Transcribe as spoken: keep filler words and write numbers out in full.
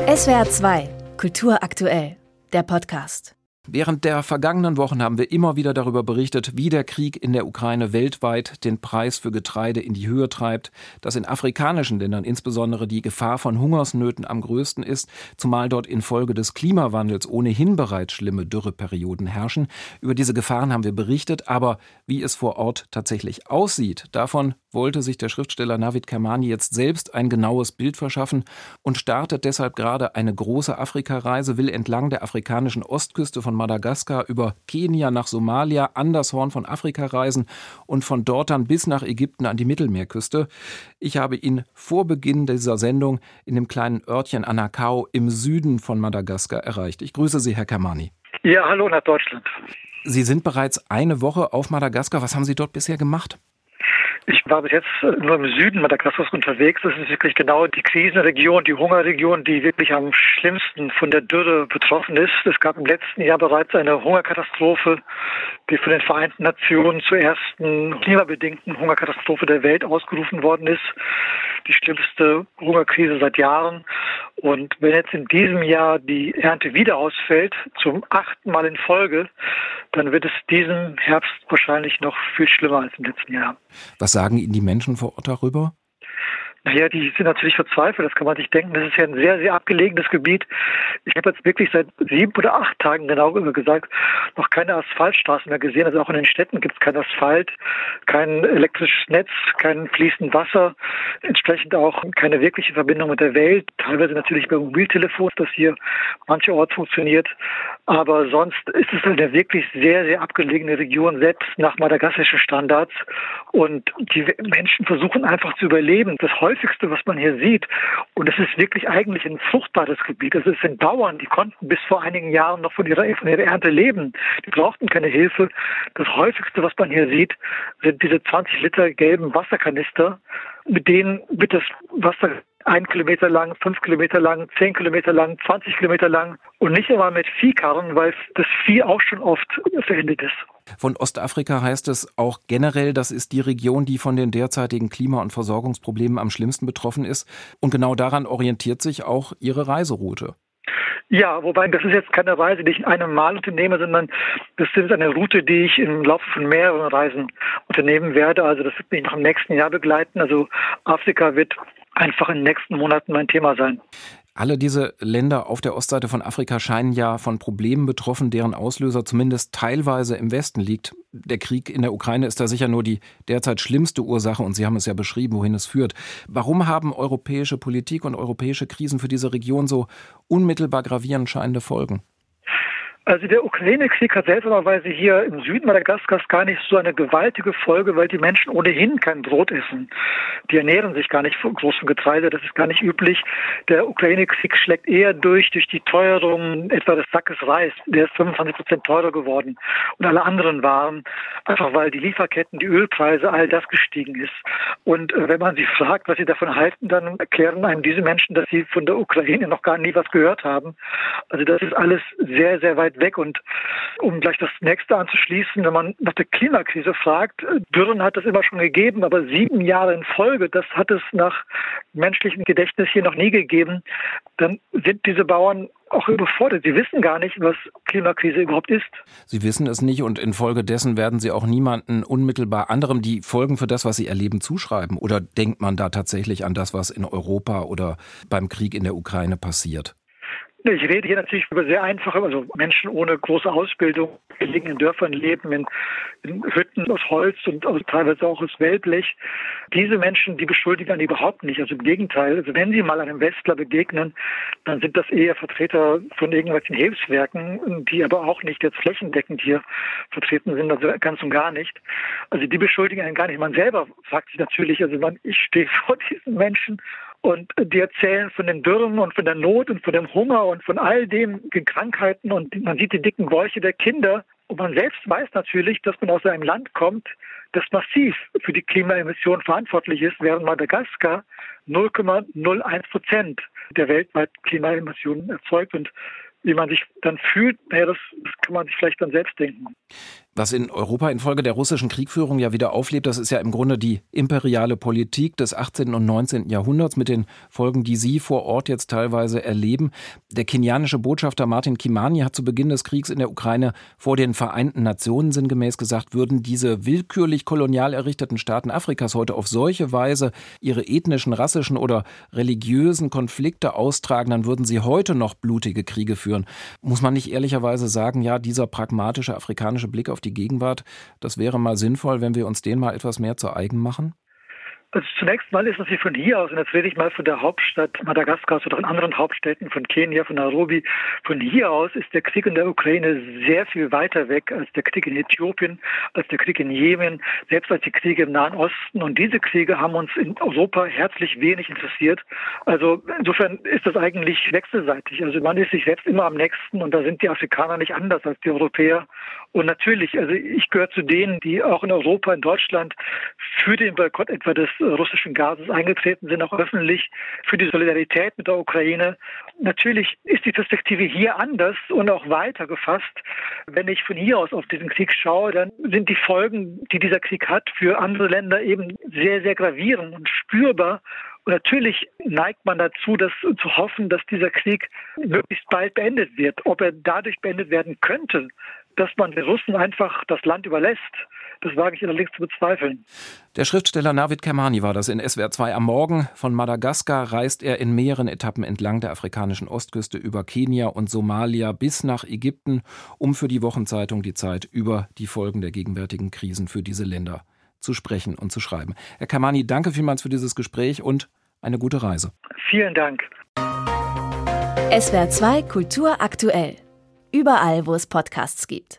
S W R zwei, Kultur aktuell, der Podcast. Während der vergangenen Wochen haben wir immer wieder darüber berichtet, wie der Krieg in der Ukraine weltweit den Preis für Getreide in die Höhe treibt, dass in afrikanischen Ländern insbesondere die Gefahr von Hungersnöten am größten ist, zumal dort infolge des Klimawandels ohnehin bereits schlimme Dürreperioden herrschen. Über diese Gefahren haben wir berichtet, aber wie es vor Ort tatsächlich aussieht, davon wollte sich der Schriftsteller Navid Kermani jetzt selbst ein genaues Bild verschaffen und startet deshalb gerade eine große Afrikareise, will entlang der afrikanischen Ostküste von Madagaskar über Kenia nach Somalia an das Horn von Afrika reisen und von dort dann bis nach Ägypten an die Mittelmeerküste. Ich habe ihn vor Beginn dieser Sendung in dem kleinen Örtchen Anakao im Süden von Madagaskar erreicht. Ich grüße Sie, Herr Kermani. Ja, hallo nach Deutschland. Sie sind bereits eine Woche auf Madagaskar. Was haben Sie dort bisher gemacht? Ich war bis jetzt nur im Süden Madagaskars unterwegs. Das ist wirklich genau die Krisenregion, die Hungerregion, die wirklich am schlimmsten von der Dürre betroffen ist. Es gab im letzten Jahr bereits eine Hungerkatastrophe, die von den Vereinten Nationen zur ersten klimabedingten Hungerkatastrophe der Welt ausgerufen worden ist. Die schlimmste Hungerkrise seit Jahren. Und wenn jetzt in diesem Jahr die Ernte wieder ausfällt, zum achten Mal in Folge, dann wird es diesen Herbst wahrscheinlich noch viel schlimmer als im letzten Jahr. Was sagen Ihnen die Menschen vor Ort darüber? Naja, die sind natürlich verzweifelt, das kann man sich denken. Das ist ja ein sehr, sehr abgelegenes Gebiet. Ich habe jetzt wirklich seit sieben oder acht Tagen, genau gesagt, noch keine Asphaltstraßen mehr gesehen. Also auch in den Städten gibt es kein Asphalt, kein elektrisches Netz, kein fließendes Wasser, entsprechend auch keine wirkliche Verbindung mit der Welt. Teilweise natürlich bei Mobiltelefon, das hier mancherorts funktioniert. Aber sonst ist es eine wirklich sehr, sehr abgelegene Region, selbst nach madagassischen Standards. Und die Menschen versuchen einfach zu überleben. Das häufigste, was man hier sieht, und es ist wirklich eigentlich ein fruchtbares Gebiet. Also es sind Bauern, die konnten bis vor einigen Jahren noch von ihrer, von ihrer Ernte leben. Die brauchten keine Hilfe. Das häufigste, was man hier sieht, sind diese zwanzig Liter gelben Wasserkanister. Mit denen wird das Wasser ein Kilometer lang, fünf Kilometer lang, zehn Kilometer lang, zwanzig Kilometer lang und nicht einmal mit Viehkarren, weil das Vieh auch schon oft verendet ist. Von Ostafrika heißt es auch generell, das ist die Region, die von den derzeitigen Klima- und Versorgungsproblemen am schlimmsten betroffen ist. Und genau daran orientiert sich auch Ihre Reiseroute. Ja, wobei das ist jetzt keine Reise, die ich in einem Mal unternehme, sondern das ist eine Route, die ich im Laufe von mehreren Reisen unternehmen werde. Also das wird mich noch im nächsten Jahr begleiten. Also Afrika wird einfach in den nächsten Monaten mein Thema sein. Alle diese Länder auf der Ostseite von Afrika scheinen ja von Problemen betroffen, deren Auslöser zumindest teilweise im Westen liegt. Der Krieg in der Ukraine ist da sicher nur die derzeit schlimmste Ursache und Sie haben es ja beschrieben, wohin es führt. Warum haben europäische Politik und europäische Krisen für diese Region so unmittelbar gravierend scheinende Folgen? Also der Ukraine-Krieg hat seltsamerweise hier im Süden Madagaskars gar nicht so eine gewaltige Folge, weil die Menschen ohnehin kein Brot essen. Die ernähren sich gar nicht von großem Getreide, das ist gar nicht üblich. Der Ukraine-Krieg schlägt eher durch, durch die Teuerung etwa des Sackes Reis. Der ist fünfundzwanzig Prozent teurer geworden. Und alle anderen Waren, einfach weil die Lieferketten, die Ölpreise, all das gestiegen ist. Und äh, wenn man sie fragt, was sie davon halten, dann erklären einem diese Menschen, dass sie von der Ukraine noch gar nie was gehört haben. Also das ist alles sehr, sehr weit weg. Und um gleich das nächste anzuschließen, wenn man nach der Klimakrise fragt, Dürren hat es immer schon gegeben, aber sieben Jahre in Folge, das hat es nach menschlichem Gedächtnis hier noch nie gegeben, dann sind diese Bauern auch überfordert. Sie wissen gar nicht, was Klimakrise überhaupt ist. Sie wissen es nicht und infolgedessen werden Sie auch niemanden unmittelbar anderem die Folgen für das, was Sie erleben, zuschreiben. Oder denkt man da tatsächlich an das, was in Europa oder beim Krieg in der Ukraine passiert? Ich rede hier natürlich über sehr einfache, also Menschen ohne große Ausbildung, die liegen in Dörfern, leben in, in Hütten aus Holz und aus, teilweise auch aus Wellblech. Diese Menschen, die beschuldigen einen überhaupt nicht. Also im Gegenteil, also wenn sie mal einem Westler begegnen, dann sind das eher Vertreter von irgendwelchen Hilfswerken, die aber auch nicht jetzt flächendeckend hier vertreten sind, also ganz und gar nicht. Also die beschuldigen einen gar nicht. Man selber fragt sich natürlich, also man, ich stehe vor diesen Menschen und die erzählen von den Dürren und von der Not und von dem Hunger und von all dem, den Krankheiten und man sieht die dicken Bäuche der Kinder. Und man selbst weiß natürlich, dass man aus einem Land kommt, das massiv für die Klimaemissionen verantwortlich ist, während Madagaskar null Komma null eins Prozent der weltweiten Klimaemissionen erzeugt. Und wie man sich dann fühlt, naja, das, das kann man sich vielleicht dann selbst denken. Was in Europa infolge der russischen Kriegführung ja wieder auflebt, das ist ja im Grunde die imperiale Politik des achtzehnten und neunzehnten Jahrhunderts mit den Folgen, die Sie vor Ort jetzt teilweise erleben. Der kenianische Botschafter Martin Kimani hat zu Beginn des Kriegs in der Ukraine vor den Vereinten Nationen sinngemäß gesagt, würden diese willkürlich kolonial errichteten Staaten Afrikas heute auf solche Weise ihre ethnischen, rassischen oder religiösen Konflikte austragen, dann würden sie heute noch blutige Kriege führen. Muss man nicht ehrlicherweise sagen, ja, dieser pragmatische afrikanische Blick auf die Gegenwart, das wäre mal sinnvoll, wenn wir uns den mal etwas mehr zu eigen machen? Also zunächst mal ist es hier von hier aus, und jetzt rede ich mal von der Hauptstadt Madagaskars oder von anderen Hauptstädten, von Kenia, von Nairobi. Von hier aus ist der Krieg in der Ukraine sehr viel weiter weg als der Krieg in Äthiopien, als der Krieg in Jemen, selbst als die Kriege im Nahen Osten. Und diese Kriege haben uns in Europa herzlich wenig interessiert. Also insofern ist das eigentlich wechselseitig. Also man ist sich selbst immer am nächsten und da sind die Afrikaner nicht anders als die Europäer. Und natürlich, also ich gehöre zu denen, die auch in Europa, in Deutschland für den Boykott etwa des russischen Gases eingetreten sind, auch öffentlich, für die Solidarität mit der Ukraine. Natürlich ist die Perspektive hier anders und auch weiter gefasst. Wenn ich von hier aus auf diesen Krieg schaue, dann sind die Folgen, die dieser Krieg hat, für andere Länder eben sehr, sehr gravierend und spürbar. Und natürlich neigt man dazu, das zu hoffen, dass dieser Krieg möglichst bald beendet wird. Ob er dadurch beendet werden könnte, dass man den Russen einfach das Land überlässt, das wage ich allerdings zu bezweifeln. Der Schriftsteller Navid Kermani war das in S W R zwei am Morgen. Von Madagaskar reist er in mehreren Etappen entlang der afrikanischen Ostküste über Kenia und Somalia bis nach Ägypten, um für die Wochenzeitung Die Zeit über die Folgen der gegenwärtigen Krisen für diese Länder zu sprechen und zu schreiben. Herr Kermani, danke vielmals für dieses Gespräch und eine gute Reise. Vielen Dank. S W R zwei Kultur aktuell. Überall, wo es Podcasts gibt.